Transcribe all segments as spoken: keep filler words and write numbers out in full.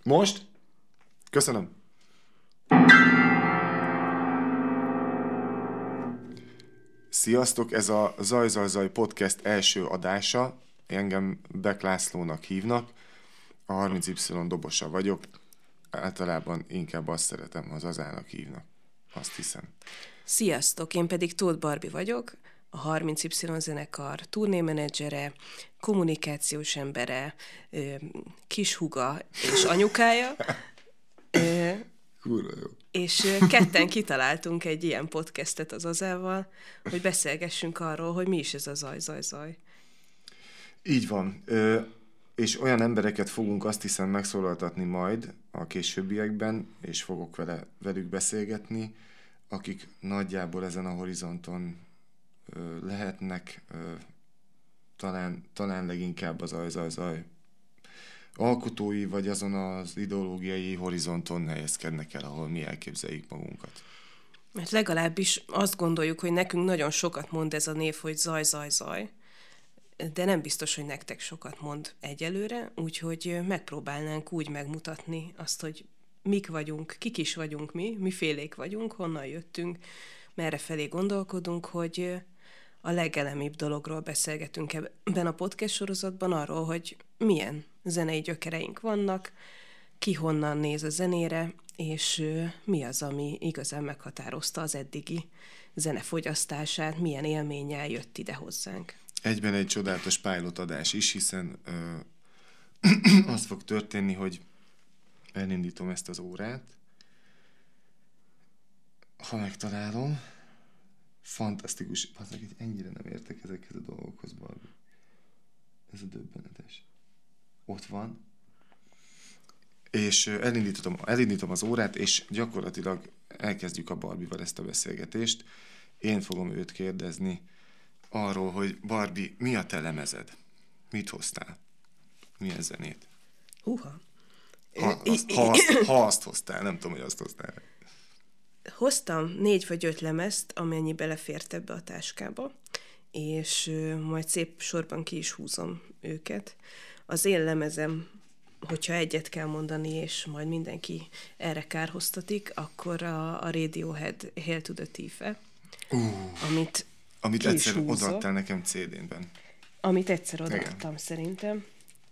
Most? Köszönöm. Sziasztok, ez a Zaj Zaj Zaj podcast első adása. Engem Beck Lászlónak hívnak. A harminc Y dobosa vagyok. Általában inkább azt szeretem, ha Zazának hívnak. Azt hiszem. Sziasztok, én pedig Tóth Barbi vagyok, a harminc Y zenekar turnémenedzsere, kommunikációs embere, kishúga és anyukája. Kurva jó. És ketten kitaláltunk egy ilyen podcastet az Azával, hogy beszélgessünk arról, hogy mi is ez a Zaj Zaj Zaj. Így van. Ö, és olyan embereket fogunk azt hiszem megszólaltatni majd a későbbiekben, és fogok vele, velük beszélgetni, akik nagyjából ezen a horizonton ö, lehetnek, ö, talán, talán leginkább az Zaj Zaj Zaj alkotói, vagy azon az ideológiai horizonton helyezkednek el, ahol mi elképzeljük magunkat. Mert legalábbis azt gondoljuk, hogy nekünk nagyon sokat mond ez a név, hogy Zaj Zaj Zaj, de nem biztos, hogy nektek sokat mond egyelőre, úgyhogy megpróbálnánk úgy megmutatni azt, hogy mik vagyunk, kik is vagyunk mi, mifélék vagyunk, honnan jöttünk, merre felé gondolkodunk, hogy a legelemibb dologról beszélgetünk ebben a podcast sorozatban, arról, hogy milyen zenei gyökereink vannak, ki honnan néz a zenére, és mi az, ami igazán meghatározta az eddigi zenefogyasztását, milyen élménnyel jött ide hozzánk. Egyben egy csodálatos pilot adás is, hiszen ö, az fog történni, hogy elindítom ezt az órát, ha megtalálom, fantasztikus, azok, hogy ennyire nem értek ezekhez a dolgokhoz, Barbi. Ez a döbbenetes. Ott van. És elindítom, elindítom az órát, és gyakorlatilag elkezdjük a Barbival ezt a beszélgetést. Én fogom őt kérdezni arról, hogy Barbi, mi a te lemezed? Mit hoztál? Milyen zenét? Húha. Ha, azt, ha, azt, ha azt hoztál, nem tudom, hogy azt hoztál. Hoztam négy vagy öt lemezt, amennyi belefért ebbe a táskába, és majd szép sorban ki is húzom őket. Az én lemezem, hogyha egyet kell mondani, és majd mindenki erre kárhoztatik, akkor a, a Radiohead Hail to the Thief-e, uh, amit Amit egyszer odaadtál nekem cé dén-ben. Amit egyszer odaadtam szerintem.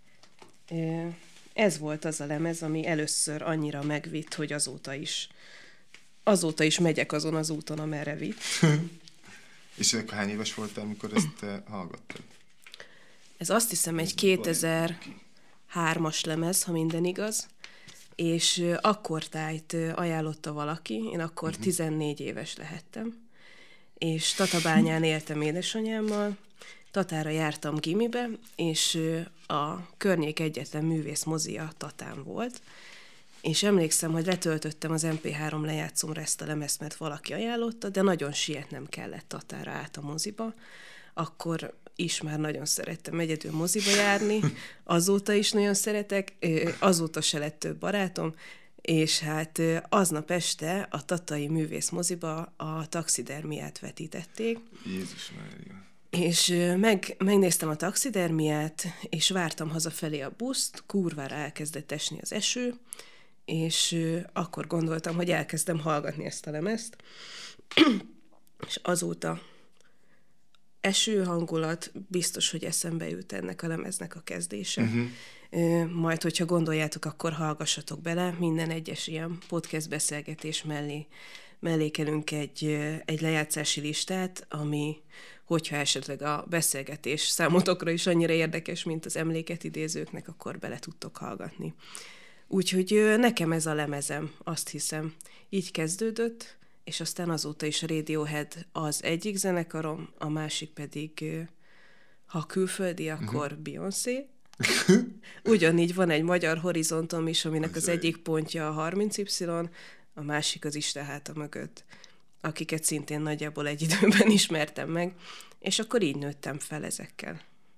Ez volt az a lemez, ami először annyira megvitt, hogy azóta is azóta is megyek azon az úton, amerre vitt. És hány éves voltál, amikor ezt hallgattad? Ez azt hiszem egy kétezer-hármas lemez, ha minden igaz, és akkortájt ajánlotta valaki, én akkor uh-huh. tizennégy éves lehettem, és Tatabányán éltem édesanyámmal, Tatára jártam gimibe, és a környék egyetlen művész mozia Tatán volt, és emlékszem, hogy letöltöttem az em pé három lejátszomra ezt a lemezt, mert valaki ajánlotta, de nagyon sietnem kellett Tatára át a moziba. Akkor is már nagyon szerettem egyedül moziba járni, azóta is nagyon szeretek, azóta se lett több barátom, és hát aznap este a tatai művész moziba a Taxidermiát vetítették. Jézus Mária! És meg, megnéztem a Taxidermiát, és vártam hazafelé a buszt, kurvára elkezdett esni az eső, és akkor gondoltam, hogy elkezdem hallgatni ezt a lemezt, és azóta eső hangulat, biztos, hogy eszembe jut ennek a lemeznek a kezdése. Uh-huh. Majd, hogyha gondoljátok, akkor hallgassatok bele, minden egyes ilyen podcast beszélgetés mellé mellékelünk egy, egy lejátszási listát, ami, hogyha esetleg a beszélgetés számotokra is annyira érdekes, mint az emléket idézőknek, akkor bele tudtok hallgatni. Úgyhogy nekem ez a lemezem, azt hiszem, így kezdődött, és aztán azóta is a Radiohead az egyik zenekarom, a másik pedig, ha külföldi, akkor uh-huh. Beyoncé. Ugyanígy van egy magyar horizontom is, aminek az egyik pontja a harminc Y, a másik az Isten háta mögött, akiket szintén nagyjából egy időben ismertem meg, és akkor így nőttem fel ezekkel.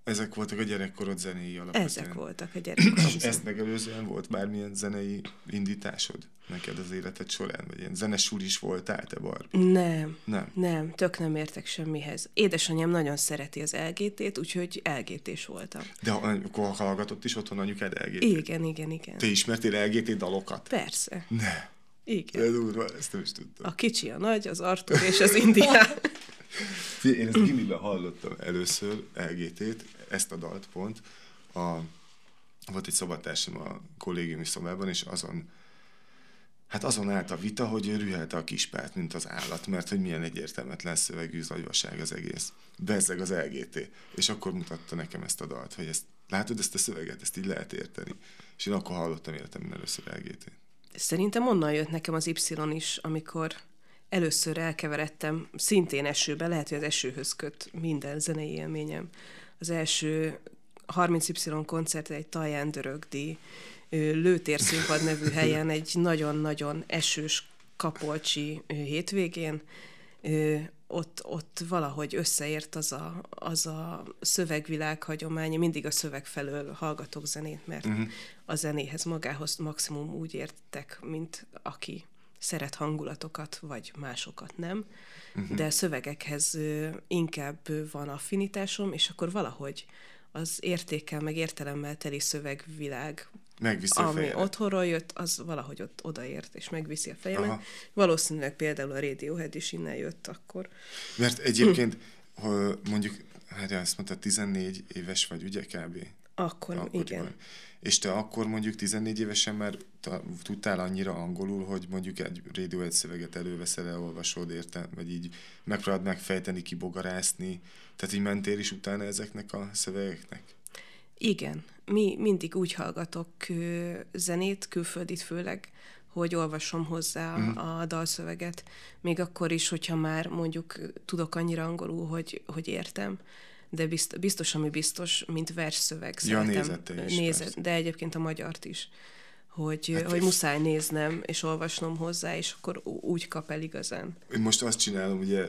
Ezek voltak a gyerekkorod zenéi alapvetően. Ezek voltak a gyerekkorod. És ezt megelőzően volt bármilyen zenei indításod neked az életed során? Vagy ilyen zenesúr is voltál, te Barbie? Nem, Nem. nem, tök nem értek semmihez. Édesanyám nagyon szereti az el gé té-t, úgyhogy el gé té-s voltam. De akkor hallgatott is otthon anyukád el gé té-t? Igen, igen, igen. Te ismertél el gé té dalokat? Persze. Ne. Igen. De durva, ezt nem is tudtam. A kicsi, a nagy, az Artur és az Indián. Én ezt gimiben hallottam először el gé té-t, ezt a dalt pont. A, volt egy szobatársam a kollégiumi szobában, és azon hát azon állt a vita, hogy rühelte a kispárt, mint az állat, mert hogy milyen egyértelmetlen szövegű zagyvaság az egész. Bezzeg az el gé té. És akkor mutatta nekem ezt a dalt, hogy ezt, látod ezt a szöveget, ezt így lehet érteni. És én akkor hallottam életemben először el gé té-t. Szerintem onnan jött nekem az Y is, amikor először elkeveredtem, szintén esőbe, lehet, hogy az esőhöz köt minden zenei élményem. Az első harminc Y koncert egy Taján Dörögdi Lőtérszínpad nevű helyen, egy nagyon-nagyon esős kapolcsi hétvégén, ott, ott valahogy összeért az a, az a szövegvilág hagyomány, mindig a szöveg felől hallgatok zenét, mert uh-huh. a zenéhez magához maximum úgy értek, mint aki szeret hangulatokat, vagy másokat nem, uh-huh. de szövegekhez inkább van affinitásom, és akkor valahogy az értékkel, meg értelemmel teli szövegvilág, megviszi a ami fejemet. Otthonról jött, az valahogy ott odaért, és megviszi a fejemet. Aha. Valószínűleg például a Radiohead is innen jött akkor. Mert egyébként, hm. mondjuk, hát azt mondta, tizennégy éves vagy, ugye kb? Akkor, akkor igen. Van. És te akkor mondjuk tizennégy évesen már tudtál annyira angolul, hogy mondjuk egy Radiohead szöveget előveszel, elolvasod, érte, vagy így megpróbáld megfejteni, kibogarászni. Tehát így mentél is utána ezeknek a szövegeknek? Igen. Mi mindig úgy hallgatok ö, zenét, külföldit főleg, hogy olvasom hozzá mm. a dalszöveget. Még akkor is, hogyha már mondjuk tudok annyira angolul, hogy, hogy értem. De biztos, biztos, ami biztos, mint versszöveg. Ja, nézette is. Nézett, de egyébként a magyart is. Hogy, hát hogy muszáj néznem, és olvasnom hozzá, és akkor úgy kap el igazán. Én most azt csinálom, ugye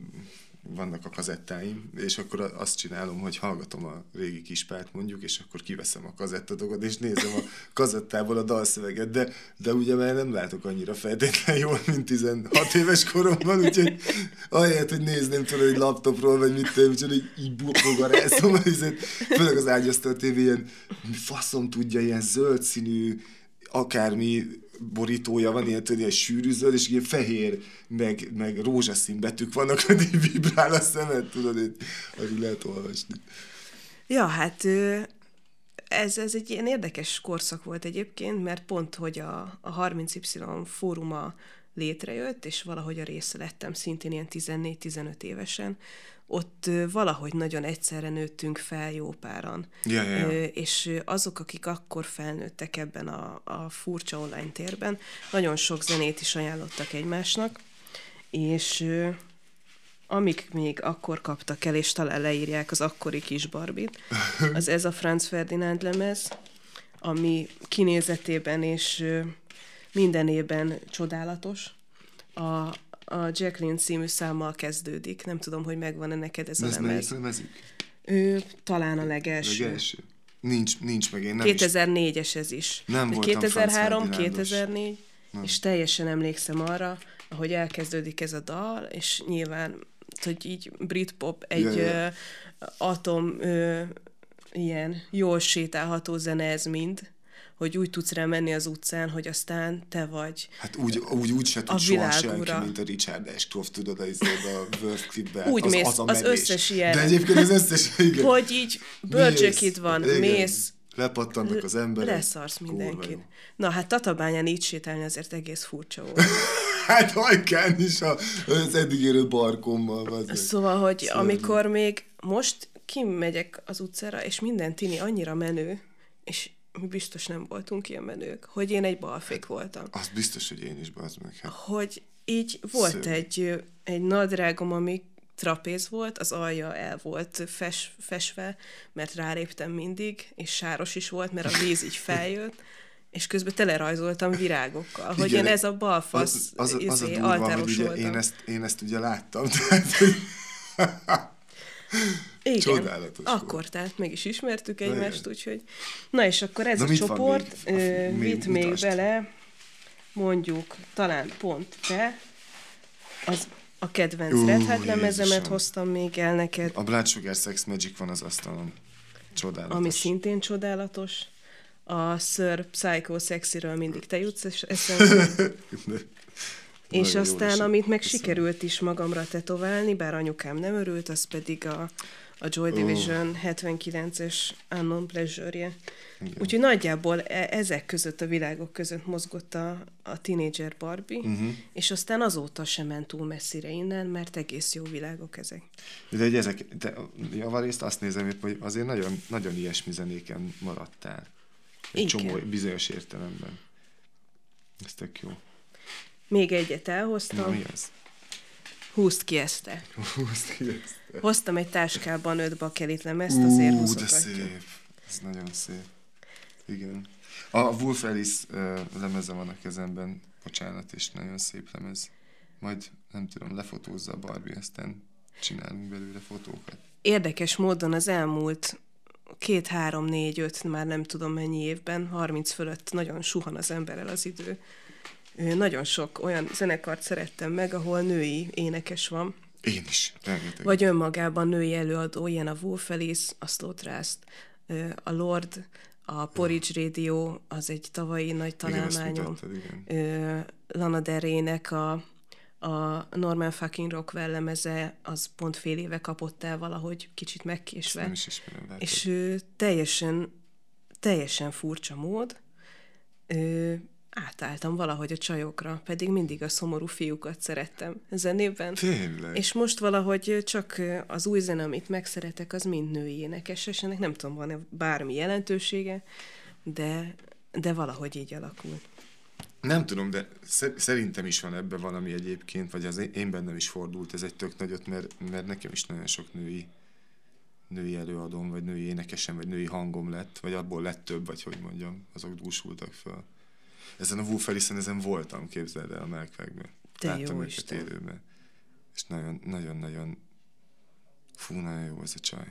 vannak a kazettáim, és akkor azt csinálom, hogy hallgatom a régi Kispárt mondjuk, és akkor kiveszem a kazettatokat, és nézem a kazettából a dalszöveget, de, de ugye már nem látok annyira feltétlenül jól, mint tizenhat éves koromban, úgyhogy ahelyett, hogy nézném tőle egy laptopról, vagy mit tudom, úgyhogy így, így bogarászom, főleg az ágyasztal tévé ilyen faszom tudja, ilyen zöld színű, akármi borítója van, ilyen, ilyen sűrű zöld, és ilyen fehér, meg, meg rózsaszín betűk vannak, hogy így vibrál a szemed, tudod, hogy lehet olvasni. Ja, hát ez, ez egy ilyen érdekes korszak volt egyébként, mert pont, hogy a, a harminc Y fóruma létrejött, és valahogy a része lettem szintén ilyen tizennégy-tizenöt évesen, ott valahogy nagyon egyszerre nőttünk fel jó páran. Ja, ja, ja. És azok, akik akkor felnőttek ebben a, a furcsa online térben, nagyon sok zenét is ajánlottak egymásnak, és amik még akkor kaptak el, és talán leírják az akkori kis Barbit, az ez a Franz Ferdinand lemez, ami kinézetében és mindenében csodálatos. A A Jacqueline című számmal kezdődik. Nem tudom, hogy megvan-e neked ez a lemez. Ez melyik lemezük? Ő, talán a legelső. Legelső? Nincs, nincs meg, én nem kétezer-négyes ez is. Nem voltam kétezer-három, kétezer-négy, és teljesen emlékszem arra, ahogy elkezdődik ez a dal, és nyilván, hogy így Britpop egy ja, ja. Ö, atom ö, ilyen jól sétálható zene ez mind, hogy úgy tudsz rá menni az utcán, hogy aztán te vagy. Hát úgy, úgy, úgy se tud soha senki, mint a Richard Ashcroft, tudod, az a World Clipben. Úgy az, mész, az, az összes ilyen. De egyébként az összes, igen. Hogy így bőrcsekid van, igen. Mész. Lepattannak az emberek. Leszarsz mindenkit. Na, hát Tatabányán így sétálni azért egész furcsa volt. Hát hajkán is a, az eddig érő barkommal. Szóval, hogy Szerű. amikor még most kimegyek az utcára, és minden tini annyira menő, és mi biztos nem voltunk ilyen menők, hogy én egy balfék voltam. Az biztos, hogy én is, bazd meg. Hát. Hogy így volt egy, egy nadrágom, ami trapéz volt, az alja el volt fes, fesve, mert ráléptem mindig, és sáros is volt, mert a víz így feljött, és közben telerajzoltam virágokkal, hogy igen, én ez a balfasz az, az, az izé, a durva, altáros hogy voltam. Én ezt, én ezt ugye láttam, tehát, hogy Igen, Csodálatos akkor volt. tehát meg is ismertük Na, egymást, igen. úgyhogy... Na és akkor ez Na, a mit van csoport még? ö, Még vitt még mutasd. bele, mondjuk talán pont te, az a kedvenc Ú, Red Hat lemezemet Jézusom. hoztam még el neked, A Blood Sugar Sex Magic van az asztalon. Csodálatos. ami szintén csodálatos. A Sir Psycho Sexyről mindig te jutsz es- eszembe. És Nagyon jól aztán, esik. amit meg Köszönöm. sikerült is magamra tetoválni, bár anyukám nem örült, az pedig a, a Joy Division hetvenkilences Unknown Pleasure-je. Úgyhogy nagyjából e- ezek között, a világok között mozgott a, a Teenager Barbie, uh-huh. és aztán azóta sem ment túl messzire innen, mert egész jó világok ezek. De hogy ezek, de javarészt azt nézem, hogy azért nagyon, nagyon ilyesmi zenéken maradtál. Egy Igen. csomó bizonyos értelemben. Ez tök jó. Még egyet Na, elhoztam, mi az? húzd ki ezt te. Húzd ki ezt. Hoztam egy táskában öt bakelit lemezt, azért Ú, de húzogatja. szép. Ez nagyon szép. Igen. A Wolf Alice uh, lemeze van a kezemben. Bocsánat, és nagyon szép lemez. Majd, nem tudom, lefotózza a Barbie, aztán csinálunk belőle fotókat. Érdekes módon az elmúlt két, három, négy, öt, már nem tudom mennyi évben, harminc fölött nagyon suhan az emberrel az idő. Ö, Nagyon sok olyan zenekart szerettem meg, ahol női énekes van, Én is. Rengeteg. vagy önmagában női előadó, ilyen a Wolf Alice, a Slowthrust, a Lord, a Porridge Radio, az egy tavalyi nagy Igen, azt találmányom. mutattad, igen. Ö, Lana Del Rey-nek a, a Norman fucking Rockwell lemeze, az pont fél éve kapott el valahogy, kicsit Ezt megkésve. nem is ismerem. Látod. És ő teljesen, teljesen furcsa mód, ö, átálltam valahogy a csajokra, pedig mindig a szomorú fiúkat szerettem zenében. Tényleg? És most valahogy csak az új zene, amit megszeretek, az mind női énekes, és ennek nem tudom, van-e bármi jelentősége, de, de valahogy így alakul. Nem tudom, de szer- szerintem is van ebben valami egyébként, vagy az én- én bennem is fordult ez egy tök nagyot, mert, mert nekem is nagyon sok női, női előadóm, vagy női énekesem, vagy női hangom lett, vagy abból lett több, vagy hogy mondjam, azok dúsultak fel. Ezen a Wolf Alice-en ezen voltam, képzeld el, a Melkvágban. Te Láttam jó őket Isten. élőben. És nagyon, nagyon, nagyon fú, nagyon jó ez a csaj.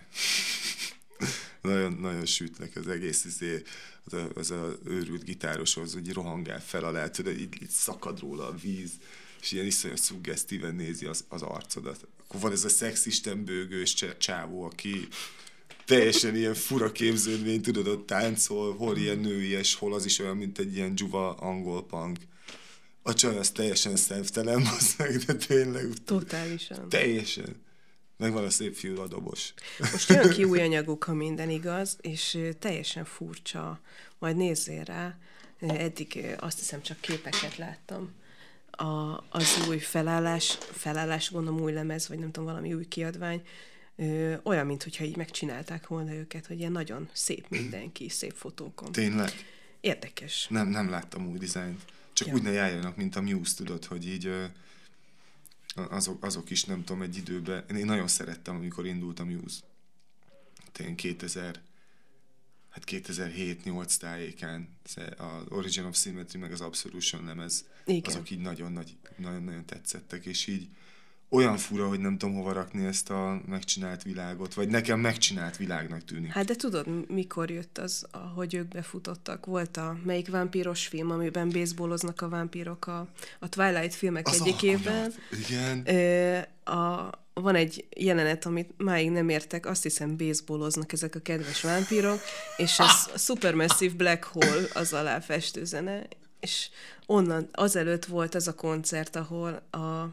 nagyon, nagyon sütnek az egész, izé, az, a, az a őrült gitároshoz, hogy rohangál fel alá, tudod, így, így szakad róla a víz, és ilyen iszonyat szuggesztíven nézi az, az arcodat. Akkor van ez a szexisten bőgős cse- csávó, aki teljesen ilyen fura képződmény, tudod, ott táncol, hol ilyen nőies, hol az is olyan, mint egy ilyen dzsuva angol punk. A csaj az teljesen szemtelen, basszeg, de tényleg Totálisan. teljesen. Megvan a szép fiú a dobos. Most jön ki új anyaguk, ha minden igaz, és ö, teljesen furcsa. Majd nézzél rá. Ö, Eddig ö, azt hiszem csak képeket láttam. A, az új felállás, felállás, gondolom új lemez, vagy nem tudom, valami új kiadvány, ö, olyan, mintha így megcsinálták volna őket, hogy ilyen nagyon szép mindenki, szép fotókon. Tényleg? Érdekes. Nem, nem láttam új dizájnt. Csak Ja. úgy ne járjanak, mint a Muse, tudod, hogy így ö, azok, azok is, nem tudom, egy időben. Én nagyon szerettem, amikor indult a Muse. Én kétezer, hát kétezer-hét nyolc tájékán az Origin of Symmetry meg az Absolution lemez, Igen. azok így nagyon, nagy, nagyon, nagyon tetszettek, és így olyan fura, hogy nem tudom hova rakni ezt a megcsinált világot, vagy nekem megcsinált világnak tűnik. Hát de tudod, mikor jött az, ahogy ők befutottak? Volt a melyik vámpíros film, amiben baseballoznak a vámpírok a, a Twilight filmek Az egyik évben. alkonyat, igen. Ö, a, van egy jelenet, amit máig nem értek, azt hiszem baseballoznak ezek a kedves vámpírok, és ez a Supermassive Black Hole az alá festő zene, és onnan, azelőtt volt az a koncert, ahol a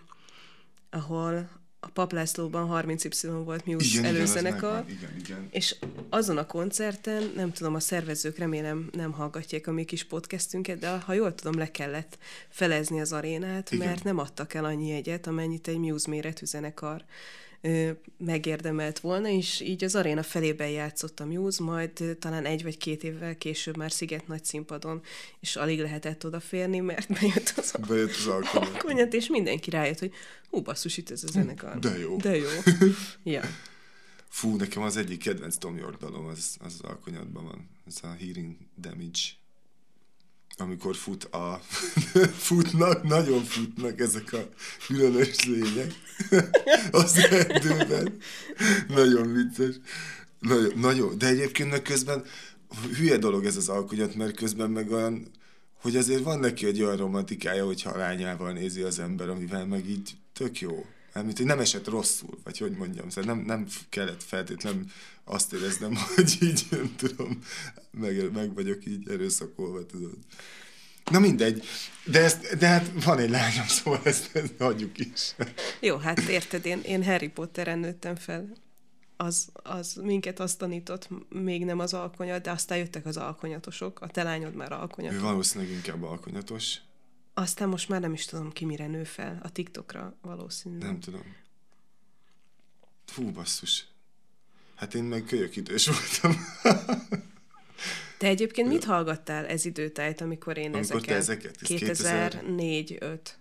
ahol a Paplászlóban harminc Y volt Muse Igen, igen, az előzenekar, megvan, igen, igen. és azon a koncerten, nem tudom, a szervezők remélem nem hallgatják a mi kis podcastünket, de ha jól tudom, le kellett felezni az arénát, Igen. mert nem adtak el annyi jegyet, amennyit egy Muse méretű zenekar ö, megérdemelt volna, és így az aréna felében játszott a Muse, majd ö, talán egy vagy két évvel később már Sziget nagy színpadon, és alig lehetett odaférni, mert bejött az Bejött az alkonyat. alkonyat, és mindenki rájött, hogy hú, basszus, itt ez a zenekar. De jó. De jó. Ja. Fú, nekem az egyik kedvenc Tom York dalom, az, az az alkonyatban van. Ez a Hearing Damage. amikor fut a... futnak, nagyon futnak ezek a különös lények az erdőben. Nagyon vicces. Nagyon, nagyon. De egyébként meg közben hülye dolog ez az alkonyat, mert közben meg olyan, hogy azért van neki egy olyan romantikája, hogyha a lányával nézi az ember, amivel meg így tök jó. Mármint, hogy nem esett rosszul, vagy hogy mondjam, szóval nem, nem kellett feltétlenül azt éreznem, hogy így, nem tudom, meg, meg vagyok így erőszakolva, tudod. Na mindegy, de, ezt, de hát van egy lányom, szóval ezt, ezt hagyjuk is. Jó, hát érted, én, én Harry Potteren nőttem fel. Az, az minket azt tanított, még nem az alkonyat, de aztán jöttek az alkonyatosok, a te lányod már alkonyatos. Ő valószínűleg inkább alkonyatos. Aztán most már nem is tudom, ki mire nő fel. A TikTokra valószínűleg. Nem tudom. Fú, basszus. Hát én meg kölyök idős voltam. Te egyébként mit hallgattál ez időtájt, amikor én amikor ezeket? ezeket? kétezer-négy öt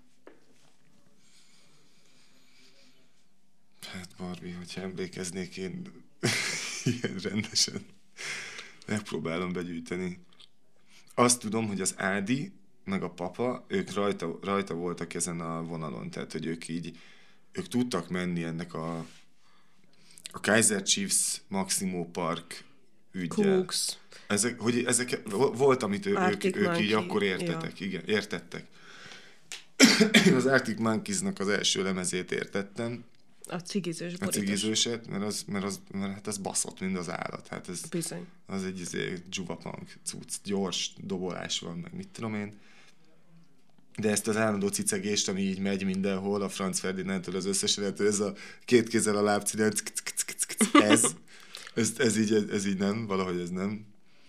Hát Barbie, hogyha emlékeznék én ilyen rendesen. Megpróbálom begyűjteni. Azt tudom, hogy az Ádi meg a papa, ők rajta, rajta voltak ezen a vonalon, tehát hogy ők így, ők tudtak menni ennek a, a Kaiser Chiefs Maximo Park üggyel. Cooks. Ezek, hogy ezek, volt, amit ő, ők, ők így akkor értetek, ja. Igen, értettek. Az Arctic Monkeysnak az első lemezét értettem. A cigizős borítos. A cigizőset, mert az, mert az, mert hát ez baszott, mint az állat. Hát ez, bizony. Az egy izé, dzsuvapunk cucc, gyors dobolás van, meg mit tudom én. De ezt az állandó cicegést, ami így megy mindenhol, a Franz Ferdinandtől az összeseretől, ez a két kézzel a lábcinen, ez, ez, ez, így, ez így nem, valahogy ez nem.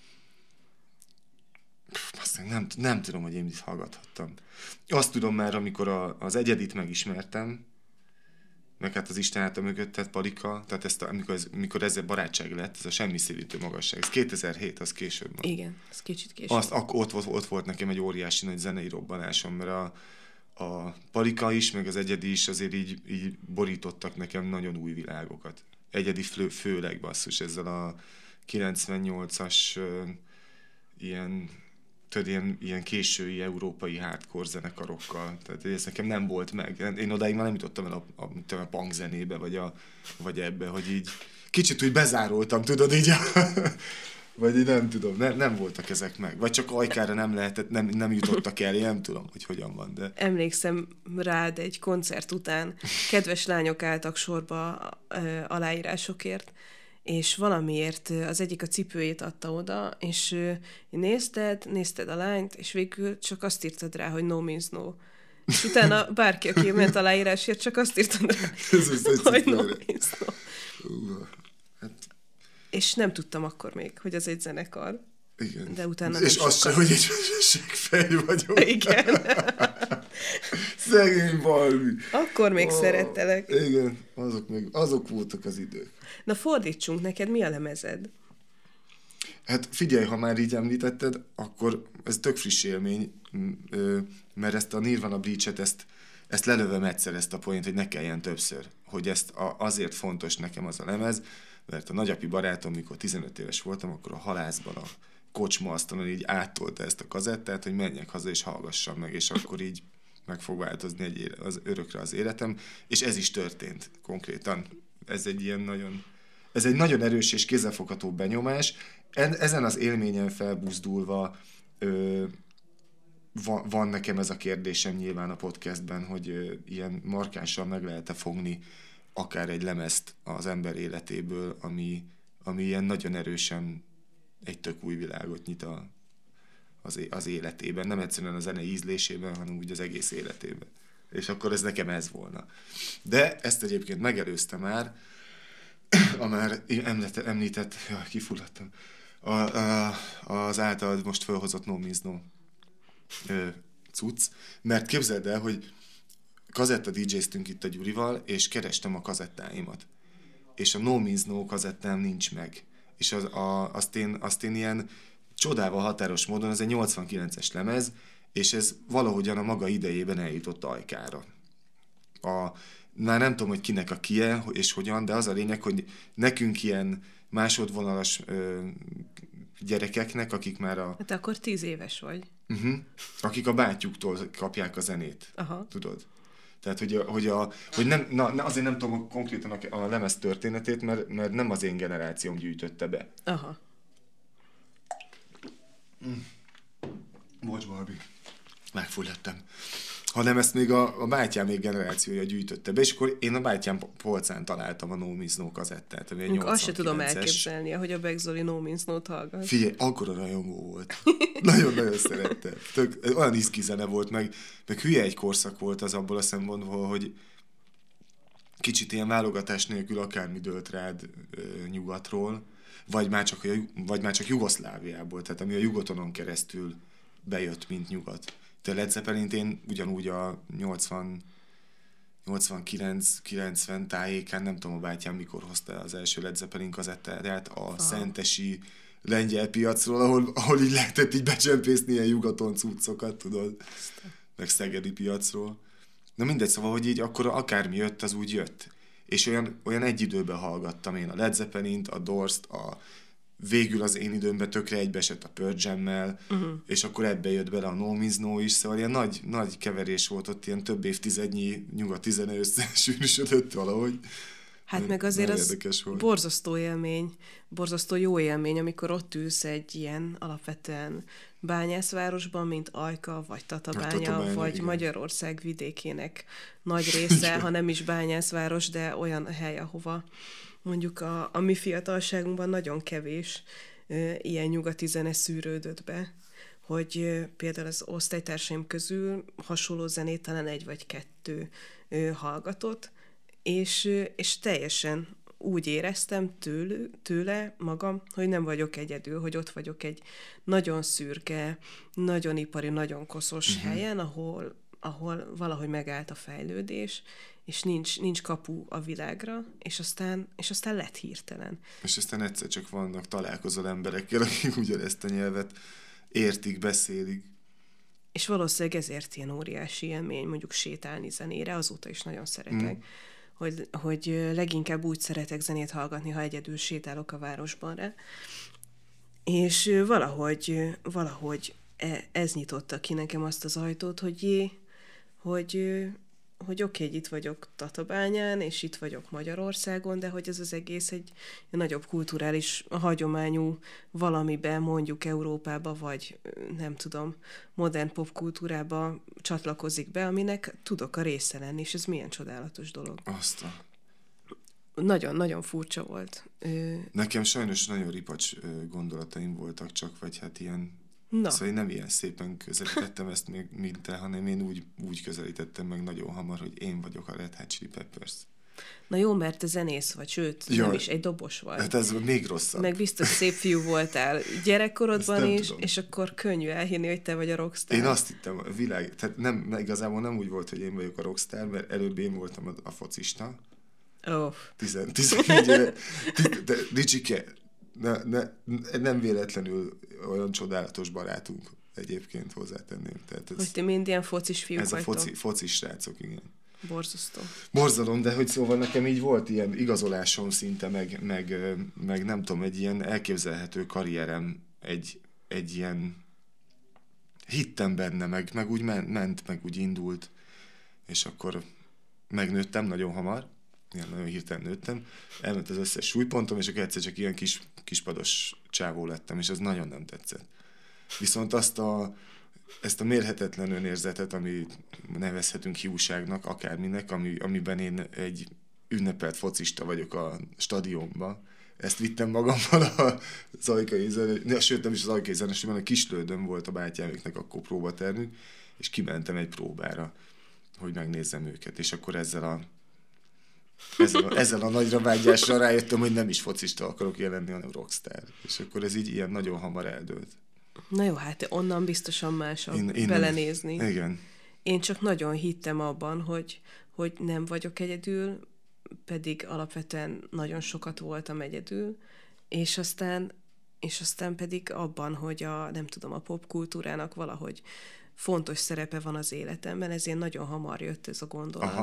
Aztán nem, nem tudom, hogy én mit hallgathattam. Azt tudom már, amikor a, az Egyedit megismertem, meg hát az Isten által mögött, tehát Palika, tehát ezt a, amikor, ez, amikor ezzel barátság lett, ez a semmi szívítő magasság. Ez kétezer-hét, az később van. Igen, ez kicsit később. Azt, akkor ott, ott volt nekem egy óriási nagy zenei robbanásom, mert a, a Palika is, meg az Egyedi is azért így, így borítottak nekem nagyon új világokat. Egyedi fő, főleg basszus, ezzel a kilencvennyolcas uh, ilyen tudod, ilyen, ilyen késői európai hardcore zenekarokkal. Tehát ez nekem nem volt meg. Én odáig már nem jutottam el a, a, a, a punk zenébe, vagy, a, vagy ebbe, hogy így kicsit úgy bezároltam, tudod, így a, vagy így nem tudom, ne, nem voltak ezek meg. Vagy csak ajkára nem lehetett, nem, nem jutottak el, én nem tudom, hogy hogyan van, de... Emlékszem rád egy koncert után, kedves lányok álltak sorba ö, aláírásokért, és valamiért az egyik a cipőjét adta oda, és nézted, nézted a lányt, és végül csak azt írtad rá, hogy no means no. És utána bárki, aki ment aláírásért, csak azt írtad rá, hogy no means no. Uh, hát... És nem tudtam akkor még, hogy az egy zenekar. Igen. De utána és nem az sokkal... se, hogy egy fej vagyok. Igen. Szegény Barbie. Akkor még oh, szerettelek. Igen, azok, még, azok voltak az idők. Na fordítsunk, neked mi a lemezed? Hát figyelj, ha már így említetted, akkor ez tök friss élmény, mert ezt a Nirvana Bleach-et, ezt, ezt lelövöm egyszer ezt a poént, hogy ne kelljen többször. Hogy ezt a, azért fontos nekem az a lemez, mert a nagyapi barátom, mikor tizenöt éves voltam, akkor a halászban a kocsma asztalon így áttolta ezt a kazettát, hogy menjek haza és hallgassam meg, és akkor így meg fog változni egy éle, az örökre az életem, és ez is történt konkrétan. Ez egy ilyen nagyon, ez egy nagyon erős és kézzelfogható benyomás. Ezen az élményen felbuzdulva ö, van, van nekem ez a kérdésem nyilván a podcastben, hogy ö, ilyen markánsan meg lehet-e fogni akár egy lemezt az ember életéből, ami, ami ilyen nagyon erősen egy tök új világot nyit a, az, az életében. Nem egyszerűen a zene ízlésében, hanem úgy az egész életében. És akkor ez nekem ez volna. De ezt egyébként megelőzte már, a már említett, említett ja, kifulladtam, a, a, az általad most felhozott No Means No cucc, mert képzeld el, hogy kazetta dé jéztünk itt a Gyurival, és kerestem a kazettáimat. És a No Means No kazettám nincs meg. És az, a, azt, én, azt én ilyen csodával határos módon, ez egy nyolcvankilences lemez, és ez valahogyan a maga idejében eljutott ajkára. A, már nem tudom, hogy kinek a kie, és hogyan, de az a lényeg, hogy nekünk ilyen másodvonalas ö, gyerekeknek, akik már a... Hát akkor tíz éves vagy. Uh-huh, akik a bátyjuktól kapják a zenét. Aha. Tudod? Tehát, hogy, a, hogy, a, hogy nem, na, azért nem tudom konkrétan a, a lemez történetét, mert, mert nem az én generációm gyűjtötte be. Aha. Mm. Bocs, Barbie. Megfulladtam. Hanem ezt még a, a bátyám még generációja gyűjtötte be, és akkor én a bátyám polcán találtam a No Means No kazettát, ami egy nyolcvankilences. Azt se tudom elképzelni, hogy a Beck Zoli No Means No-t hallgat. Figyelj, akkora rajongó volt. Nagyon-nagyon szerette. Tök, olyan iszki zene volt, meg, meg hülye egy korszak volt az abból a szempontból, hogy kicsit ilyen válogatás nélkül akármi dőlt rád ö, nyugatról, vagy már, csak, vagy már csak Jugoszláviából, tehát ami a Jugotonon keresztül bejött, mint nyugat. De Led Zeppelint én ugyanúgy a nyolcvan, nyolcvankilenc kilencven tájékán, nem tudom a bátyám mikor hozta az első Led Zeppelin kazettáját a Aha. szentesi lengyel piacról, ahol, ahol így lehetett így becsempészni ilyen Jugoton cuccokat, tudod, meg szegedi piacról. Na mindegy, szóval, hogy így akkor akármi jött, az úgy jött. És olyan, olyan egy időben hallgattam én a Led Zeppelint, a Doors-t, a végül az én időmben tökre egybeesett a Pearl Jam-mel, uh-huh. és akkor ebbe jött bele a No Means No is, szóval ilyen nagy, nagy keverés volt ott, ilyen több évtizednyi nyugat zene összesűrűsödött valahogy. Hát N- meg azért az borzasztó élmény, borzasztó jó élmény, amikor ott ülsz egy ilyen alapvetően bányászvárosban, mint Ajka, vagy Tatabánya, Tatabánya vagy igen. Magyarország vidékének nagy része, ha nem is bányászváros, de olyan hely, ahova mondjuk a, a mi fiatalságunkban nagyon kevés e, ilyen nyugati zene szűrődött be, hogy e, például az osztálytársaim közül hasonló zenét talán egy vagy kettő e, hallgatott, és, e, és teljesen úgy éreztem tőle, tőle magam, hogy nem vagyok egyedül, hogy ott vagyok egy nagyon szürke, nagyon ipari, nagyon koszos uh-huh. helyen, ahol, ahol valahogy megállt a fejlődés, és nincs, nincs kapu a világra, és aztán, és aztán lett hirtelen. És aztán egyszer csak vannak, találkozol emberekkel, akik ugyanezt a nyelvet értik, beszélik. És valószínűleg ezért ilyen óriási élmény, mondjuk sétálni zenére, azóta is nagyon szeretek, mm. hogy, hogy leginkább úgy szeretek zenét hallgatni, ha egyedül sétálok a városban rá. És valahogy, valahogy ez nyitotta ki nekem azt az ajtót, hogy jé, hogy... hogy oké, okay, itt vagyok Tatabányán, és itt vagyok Magyarországon, de hogy ez az egész egy nagyobb kulturális hagyományú valamiben, mondjuk Európába, vagy nem tudom, modern popkultúrába csatlakozik be, aminek tudok a része lenni, és ez milyen csodálatos dolog. Azt a... Nagyon-nagyon furcsa volt. Nekem sajnos nagyon ripacs gondolataim voltak csak, vagy hát ilyen Na. Szóval én nem ilyen szépen közelítettem ezt még, mint te, hanem én úgy, úgy közelítettem meg nagyon hamar, hogy én vagyok a Red Hot Chili Peppers. Na jó, mert te zenész vagy, sőt, Jaj, nem is, egy dobos vagy. Hát ez még rosszabb. Meg biztos szép fiú voltál gyerekkorodban is, tudom. És akkor könnyű elhinni, hogy te vagy a rockstar. Én azt hittem, a világ, tehát nem, igazából nem úgy volt, hogy én vagyok a rockstar, mert előbb én voltam a, a focista. Oh. tizennégy éve. De Ricsike, ne, ne, nem véletlenül olyan csodálatos barátunk egyébként hozzátenném. Tehát ez, hogy ti mind ilyen focis fiúk ez vagytok. Ez a foci, focis srácok, igen. Borzasztó. Borzalom, de hogy szóval nekem így volt ilyen igazolásom szinte, meg, meg, meg nem tudom, egy ilyen elképzelhető karrierem, egy, egy ilyen hittem benne, meg, meg úgy ment, meg úgy indult, és akkor megnőttem nagyon hamar, ilyen nagyon hirtelen nőttem, elment az összes súlypontom, és akkor egyszer csak ilyen kis, kispados csávó lettem, és az nagyon nem tetszett. Viszont azt a, ezt a mérhetetlen önérzetet, ami nevezhetünk hiúságnak, akárminek, ami, amiben én egy ünnepelt focista vagyok a stadionban, ezt vittem magammal a Zajkai zene, sőt nem is az Zajkai zenesében, a Kislődön volt a bátyáméknek akkor próbatermük, és kimentem egy próbára, hogy megnézzem őket, és akkor ezzel a Ezzel a, ezzel a nagyra vágyásra rájöttem, hogy nem is focista akarok jelenni, hanem rockstar. És akkor ez így ilyen nagyon hamar eldőlt. Na jó, hát onnan biztosan másabb én, én belenézni. Nem, igen. Én csak nagyon hittem abban, hogy, hogy nem vagyok egyedül, pedig alapvetően nagyon sokat voltam egyedül, és aztán, és aztán pedig abban, hogy a, nem tudom, a popkultúrának valahogy fontos szerepe van az életemben, ezért nagyon hamar jött ez a gondolat. Aha.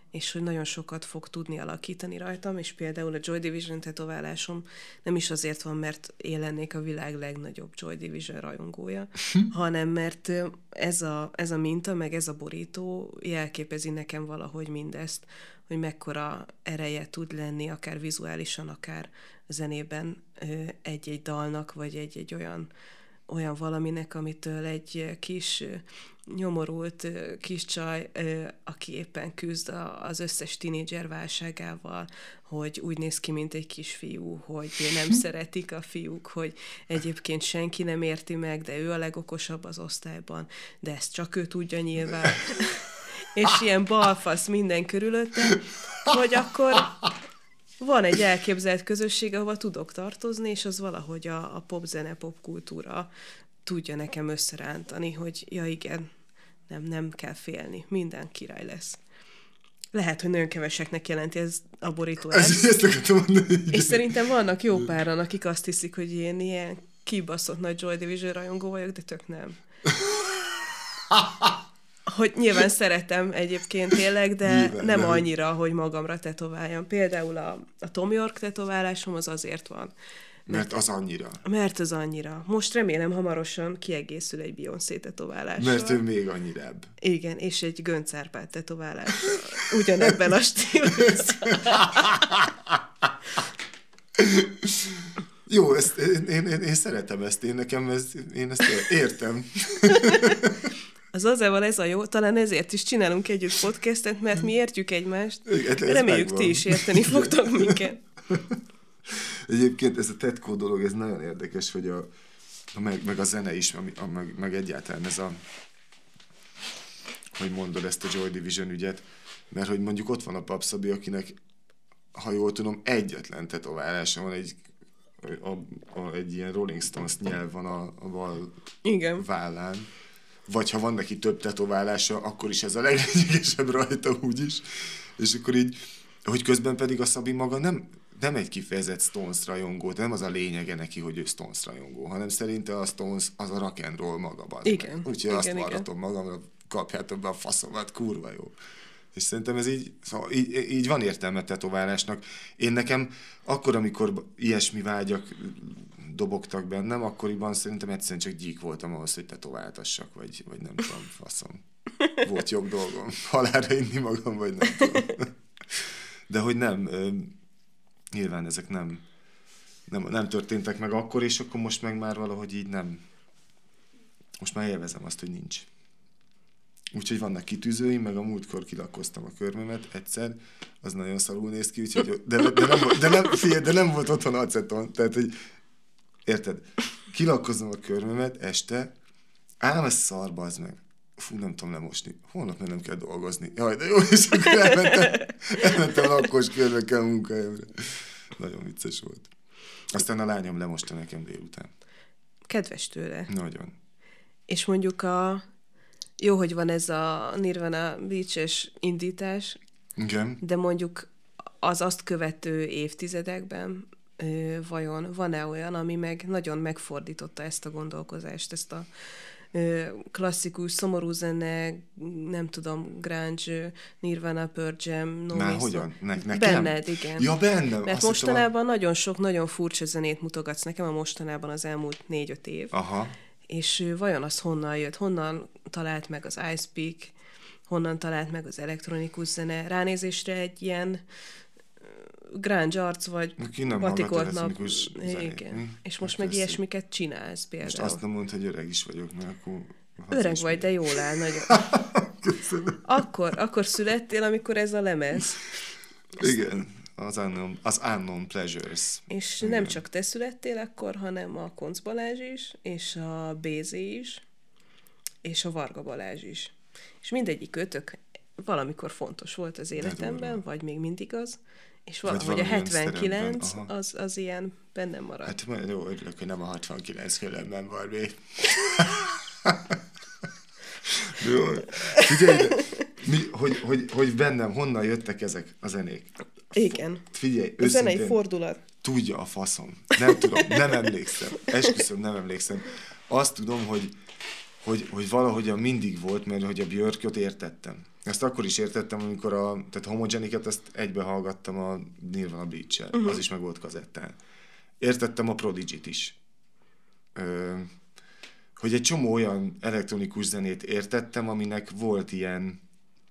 és hogy nagyon sokat fog tudni alakítani rajtam, és például a Joy Division tetoválásom nem is azért van, mert én lennék a világ legnagyobb Joy Division rajongója, hanem mert ez a, ez a minta, meg ez a borító jelképezi nekem valahogy mindezt, hogy mekkora ereje tud lenni, akár vizuálisan, akár zenében egy-egy dalnak, vagy egy-egy olyan, olyan valaminek, amitől egy kis nyomorult kis csaj, aki éppen küzd az összes tinédzser válságával, hogy úgy néz ki, mint egy kisfiú, hogy nem szeretik a fiúk, hogy egyébként senki nem érti meg, de ő a legokosabb az osztályban, de ezt csak ő tudja nyilván. És ilyen balfasz minden körülötte, hogy akkor van egy elképzelt közösség, ahova tudok tartozni, és az valahogy a, a popzene, popkultúra tudja nekem összerántani, hogy ja igen, nem, nem kell félni, minden király lesz. Lehet, hogy nagyon keveseknek jelenti ez a borító. Ez, ezt akartam mondani. És szerintem vannak jó páran, akik azt hiszik, hogy én ilyen kibaszott nagy Joy Division rajongó vagyok, de tök nem. Hogy nyilván szeretem egyébként tényleg, de nyilván, nem, nem annyira, hogy magamra tetováljam. Például a, a Tom York tetoválásom az azért van. Mert, mert az annyira. Mert az annyira. Most remélem hamarosan kiegészül egy Beyoncé tetoválással. Mert ő még annyirább. Igen, és egy Gönc Árpád tetoválással. Ugyanebben a stílusban. Jó, ezt, én, én, én, én szeretem ezt, én nekem ez, én ezt értem. Az azért ez a jó, talán ezért is csinálunk együtt podcastet, mert mi értjük egymást. Igen, reméljük, megvan. ti is érteni fogtok minket. Egyébként ez a tetkó dolog, ez nagyon érdekes, hogy a, a meg, meg a zene is, a, meg, meg egyáltalán ez a, hogy mondod ezt a Joy Division ügyet, mert hogy mondjuk ott van a Papszabi, akinek, ha jól tudom, egyetlen tetoválása van, egy, a, a, egy ilyen Rolling Stones nyelv van a, a bal Igen. vállán. Vagy ha van neki több tetoválása, akkor is ez a leglényegesebb rajta úgyis. És akkor így, hogy közben pedig a Szabi maga nem, nem egy kifejezett Stones rajongó, de nem az a lényege neki, hogy ő Stones rajongó, hanem szerinte a Stones az a rock and roll maga. Igen. Úgyhogy igen, azt igen. vallatom magamra, kapjátok be a faszomat, kurva jó. És szerintem ez így, szóval így, így van értelme tetoválásnak. Én nekem akkor, amikor ilyesmi vágyak dobogtak bennem, akkoriban szerintem egyszerűen csak gyík voltam ahhoz, hogy tetováltassak, vagy, vagy nem tudom, faszom. Volt jobb dolgom. Halálra inni magam, vagy nem tudom. De hogy nem, nyilván ezek nem, nem, nem történtek meg akkor, és akkor most meg már valahogy így nem. Most már élvezem azt, hogy nincs. Úgyhogy vannak kitűzőim, meg a múltkor kilakkoztam a körmömet egyszer, az nagyon szarul néz ki, úgyhogy, de, de, nem, de, nem, figyelj, de nem volt otthon aceton, tehát, hogy érted, kilakkozom a körmömet este, ám ez szar, bazd meg. Fú, nem tudom lemosni. Holnap már nem kell dolgozni. Jaj, de jó, és akkor elmentem, elmentem lakkos körmökkel munkahelyemre. Nagyon vicces volt. Aztán a lányom lemosta nekem délután. Kedves tőle. Nagyon. És mondjuk a... Jó, hogy van ez a Nirvana Beach-es indítás, Igen. de mondjuk az azt követő évtizedekben ö, vajon van-e olyan, ami meg nagyon megfordította ezt a gondolkozást, ezt a ö, klasszikus, szomorú zene, nem tudom, grunge, Nirvana, Pearl Jam, No Már Mason. hogyan? Ne, nekem? Benned, igen. Ja, bennem. Mert Azt mostanában hittem, nagyon sok, nagyon furcsa zenét mutogatsz nekem, a mostanában az elmúlt négy-öt év. Aha. És vajon az honnan jött? Honnan talált meg az Ice Peak? Honnan talált meg az elektronikus zene? Ránézésre egy ilyen grunge arc, vagy batikolt nap. Igen. És most meg ilyesmiket csinálsz például. Most azt nem mondd, hogy öreg is vagyok, mert akkor... Öreg vagy, de jól áll nagyon. Köszönöm. Akkor, akkor születtél, amikor ez a lemez. Igen. Az unknown, az unknown Pleasures. És igen. Nem csak te születtél akkor, hanem a Koncz Balázs is, és a Bézé is, és a Varga Balázs is. És mindegyik ötök valamikor fontos volt az életemben, vagy még mindig az, és valahogy a hetvenkilenc az, az ilyen bennem maradt. Hát jó, örülök, hogy nem a hatvankilenc különben van még. Jó, figyelj, mi, hogy, hogy, hogy bennem honnan jöttek ezek a zenék. Igen. Figyelj, a zenei fordulat. Tudja a faszom. Nem tudom, nem emlékszem. Esküszöm, nem emlékszem. Azt tudom, hogy, hogy, hogy valahogyan mindig volt, mert hogy a Björköt értettem. Ezt akkor is értettem, amikor a, tehát Homogeniket ezt egybe hallgattam a Nirvana Bleach-el. Uh-huh. Az is meg volt kazettán. Értettem a Prodigy-t is. Ö, hogy egy csomó olyan elektronikus zenét értettem, aminek volt ilyen...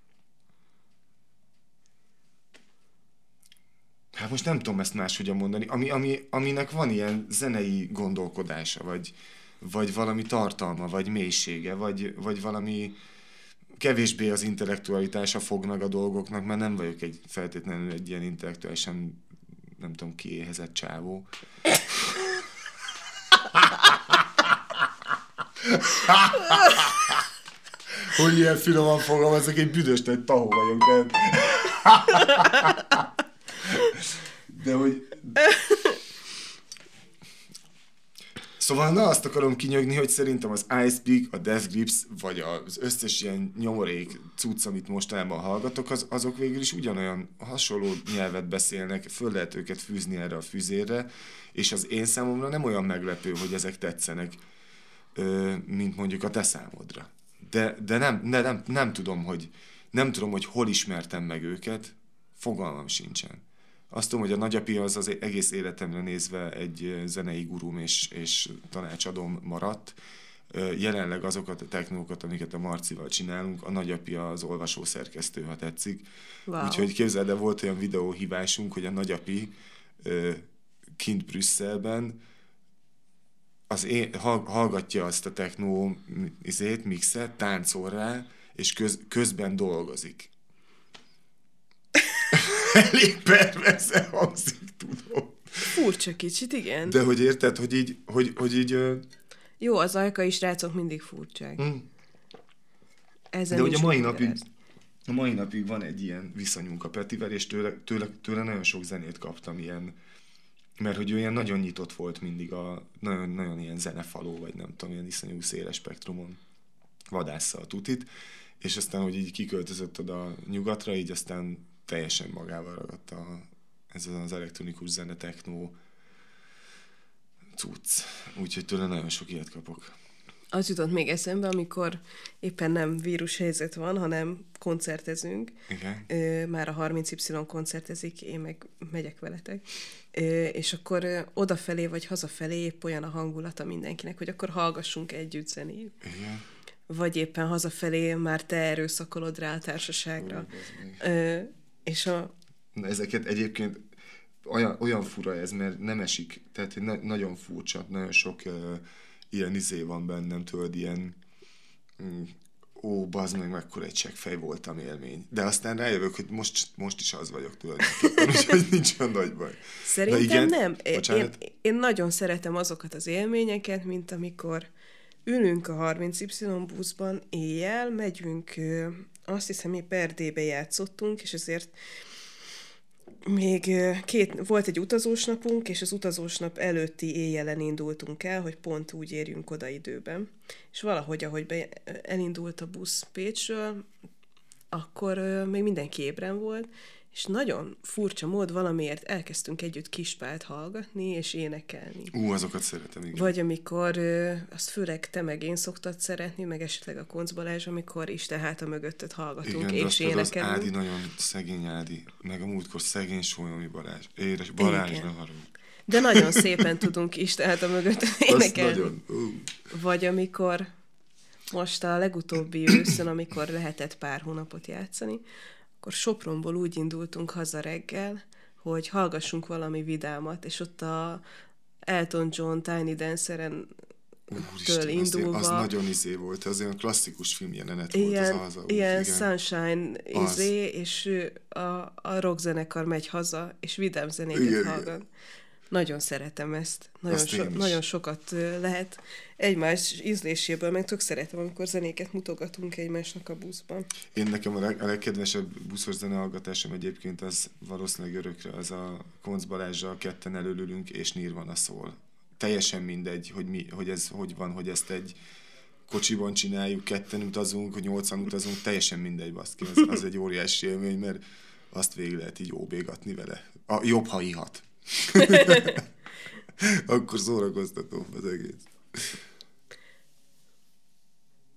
Hát most nem tudom ezt máshogyan mondani, ami, ami, aminek van ilyen zenei gondolkodása, vagy, vagy valami tartalma, vagy mélysége, vagy, vagy valami kevésbé az intellektualitása fog meg a dolgoknak, mert nem vagyok egy feltétlenül egy ilyen intellektuálisan, nem tudom, kiéhezett csávó. Hogy ilyen finoman fogalmazok, egy büdös nagy tahó vagyok, de... De hogy... Szóval na azt akarom kinyögni, hogy szerintem az Icepeak, a Death Grips, vagy az összes ilyen nyomorék cucc, amit mostanában hallgatok, az, azok végül is ugyanolyan hasonló nyelvet beszélnek, föl lehet őket fűzni erre a füzérre, és az én számomra nem olyan meglepő, hogy ezek tetszenek, mint mondjuk a te számodra. De, de nem, de nem, nem tudom, hogy nem tudom, hogy hol ismertem meg őket, fogalmam sincsen. Azt tudom, hogy a nagyapi az az egész életemre nézve egy zenei gurum és, és tanácsadóm maradt. Jelenleg azokat a technókat, amiket a Marcival csinálunk, a nagyapi az olvasószerkesztő, ha tetszik. Wow. Úgyhogy képzeld, de volt olyan videóhívásunk, hogy a nagyapi kint Brüsszelben az én, hallgatja azt a technó izét, mixet, táncol rá, és köz, közben dolgozik. Elég perverse hangzik, tudom. Furcsa kicsit, igen. De hogy érted, hogy így... Hogy, hogy így uh... Jó, az ajkai srácok mindig furcsák. Mm. De hogy a mai, napig, a mai napig van egy ilyen viszonyunk a Petivel, és tőle, tőle, tőle nagyon sok zenét kaptam ilyen, mert hogy ő ilyen nagyon nyitott volt mindig, a nagyon, nagyon ilyen zenefaló, vagy nem tudom, ilyen iszonyú széles spektrumon vadásza a tutit, és aztán, hogy így kiköltözött oda nyugatra, így aztán teljesen magával ragadt a, ez az elektronikus zene, technó cucc. Úgyhogy tőle nagyon sok ilyet kapok. Az jutott még eszembe, amikor éppen nem vírushelyzet van, hanem koncertezünk. Igen. Már a harminc Y koncertezik, én meg megyek veletek. És akkor odafelé vagy hazafelé épp olyan a hangulata mindenkinek, hogy akkor hallgassunk együtt zenét. Igen. Vagy éppen hazafelé már te erőszakolod rá a társaságra. Ö, és a... Na, ezeket egyébként olyan, olyan fura ez, mert nem esik, tehát na- nagyon furcsa, nagyon sok uh, ilyen izé van bennem, tudod, ilyen mm, ó, bazd meg, mekkora egy seggfej voltam élmény. De aztán rájövök, hogy most, most is az vagyok tulajdonképpen, úgyhogy nincs olyan nagy baj. Szerintem igen, nem. Én, én nagyon szeretem azokat az élményeket, mint amikor ülünk a harminc Y buszban éjjel, megyünk, azt hiszem, mi Erdélybe játszottunk, és ezért még két, volt egy utazós napunk, és az utazós nap előtti éjjelen indultunk el, hogy pont úgy érjünk oda időben. És valahogy, ahogy be, elindult a busz Pécsről, akkor még mindenki ébren volt, és nagyon furcsa mód valamiért elkezdtünk együtt Kispált hallgatni, és énekelni. Ú, azokat szeretem, igen. Vagy amikor, azt főleg te meg én szoktad szeretni, meg esetleg a Koncz Balázs, amikor Isten háta mögöttet hallgatunk, igen, és énekelünk. Igen, az Ádi nagyon szegény Ádi, meg a múltkor szegény Sólyomi Balázs. Édes Balázs, igen. Nem haragudj. De nagyon szépen tudunk Isten háta mögöttet énekelni. Nagyon, uh. Vagy amikor most a legutóbbi őszön, amikor lehetett pár hónapot játszani, akkor Sopronból úgy indultunk haza reggel, hogy hallgassunk valami vidámat, és ott a Elton John Tiny Danceren től indulva... Az nagyon izé volt, az olyan klasszikus filmjelenet volt ilyen, az az. Ilyen igen. Sunshine izé, az. És a, a rockzenekar megy haza, és vidám zenéket igen, hallgat. Igen. Nagyon szeretem ezt. Nagyon, so, nagyon sokat lehet egymás ízléséből, meg tök szeretem, amikor zenéket mutogatunk egymásnak a buszban. Én nekem a, leg, a legkedvesebb buszos zenehallgatásom egyébként az valószínűleg örökre, az a Koncz Balázsral ketten előlülünk, és Nirvana szól. Teljesen mindegy, hogy, mi, hogy ez hogy van, hogy ezt egy kocsiban csináljuk, ketten utazunk, hogy nyolcan utazunk, teljesen mindegy, baszki. Az, az egy óriási élmény, mert azt végig lehet így óbégatni vele. A, jobb, ha ihat. Akkor szórakoztatom az egész.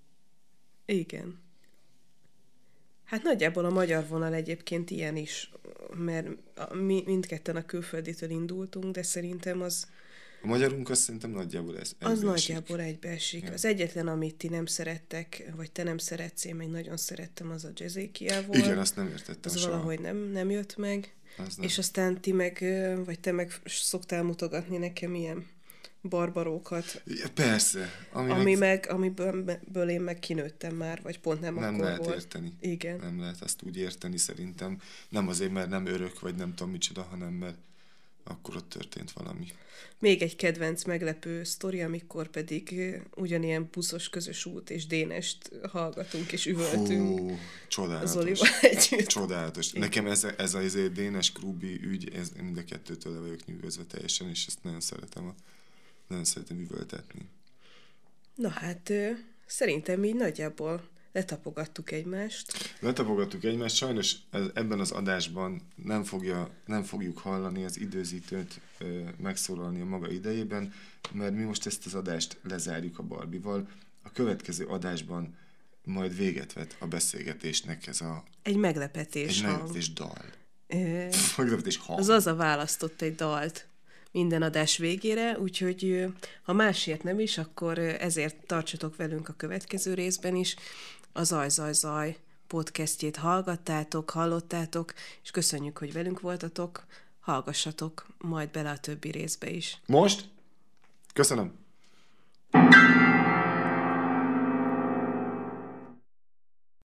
Igen. Hát nagyjából a magyar vonal egyébként ilyen is, mert a, mi mindketten a külfölditől indultunk, de szerintem az... A magyarunk azt szerintem nagyjából ez Az nagyjából egybeesik. Ja. Az egyetlen, amit ti nem szerettek, vagy te nem szeretsz, én meg nagyon szerettem, az a Jazékia volt. Igen, azt nem értettem Az soha. valahogy nem, nem jött meg. Az nem. És aztán ti meg, vagy te meg szoktál mutogatni nekem ilyen barbarókat. Ja, persze. Ami Ami meg, amiből én meg kinőttem már, vagy pont nem, nem akkor lehet volt. érteni. Igen. Nem lehet azt úgy érteni szerintem. Nem azért, mert nem örök, vagy nem tudom micsoda, hanem mert akkor ott történt valami. Még egy kedvenc meglepő sztori, amikor pedig ugyanilyen buszos közös út és Dénest hallgatunk és üvöltünk. Hú, csodálatos. Zolival együtt. Csodálatos. Igen. Nekem ez, ez a ez Dénes Krubi ügy, ez mind a kettőtől le vagyok nyűgözve teljesen, és ezt nagyon szeretem, a, nagyon szeretem üvöltetni. Na hát, szerintem így nagyjából letapogattuk egymást. Letapogattuk egymást, sajnos ebben az adásban nem, fogja, nem fogjuk hallani az időzítőt ö, megszólalni a maga idejében, mert mi most ezt az adást lezárjuk a Barbival. A következő adásban majd véget vet a beszélgetésnek ez a... Egy meglepetés Egy hang. meglepetés dal. Ö, Meglepetés hang. az az a választott egy dalt minden adás végére, úgyhogy ha másért nem is, akkor ezért tartsatok velünk a következő részben is. A Zaj, Zaj, Zaj podcastjét hallgattátok, hallottátok, és köszönjük, hogy velünk voltatok. Hallgassatok majd bele a többi részbe is. Most? Köszönöm.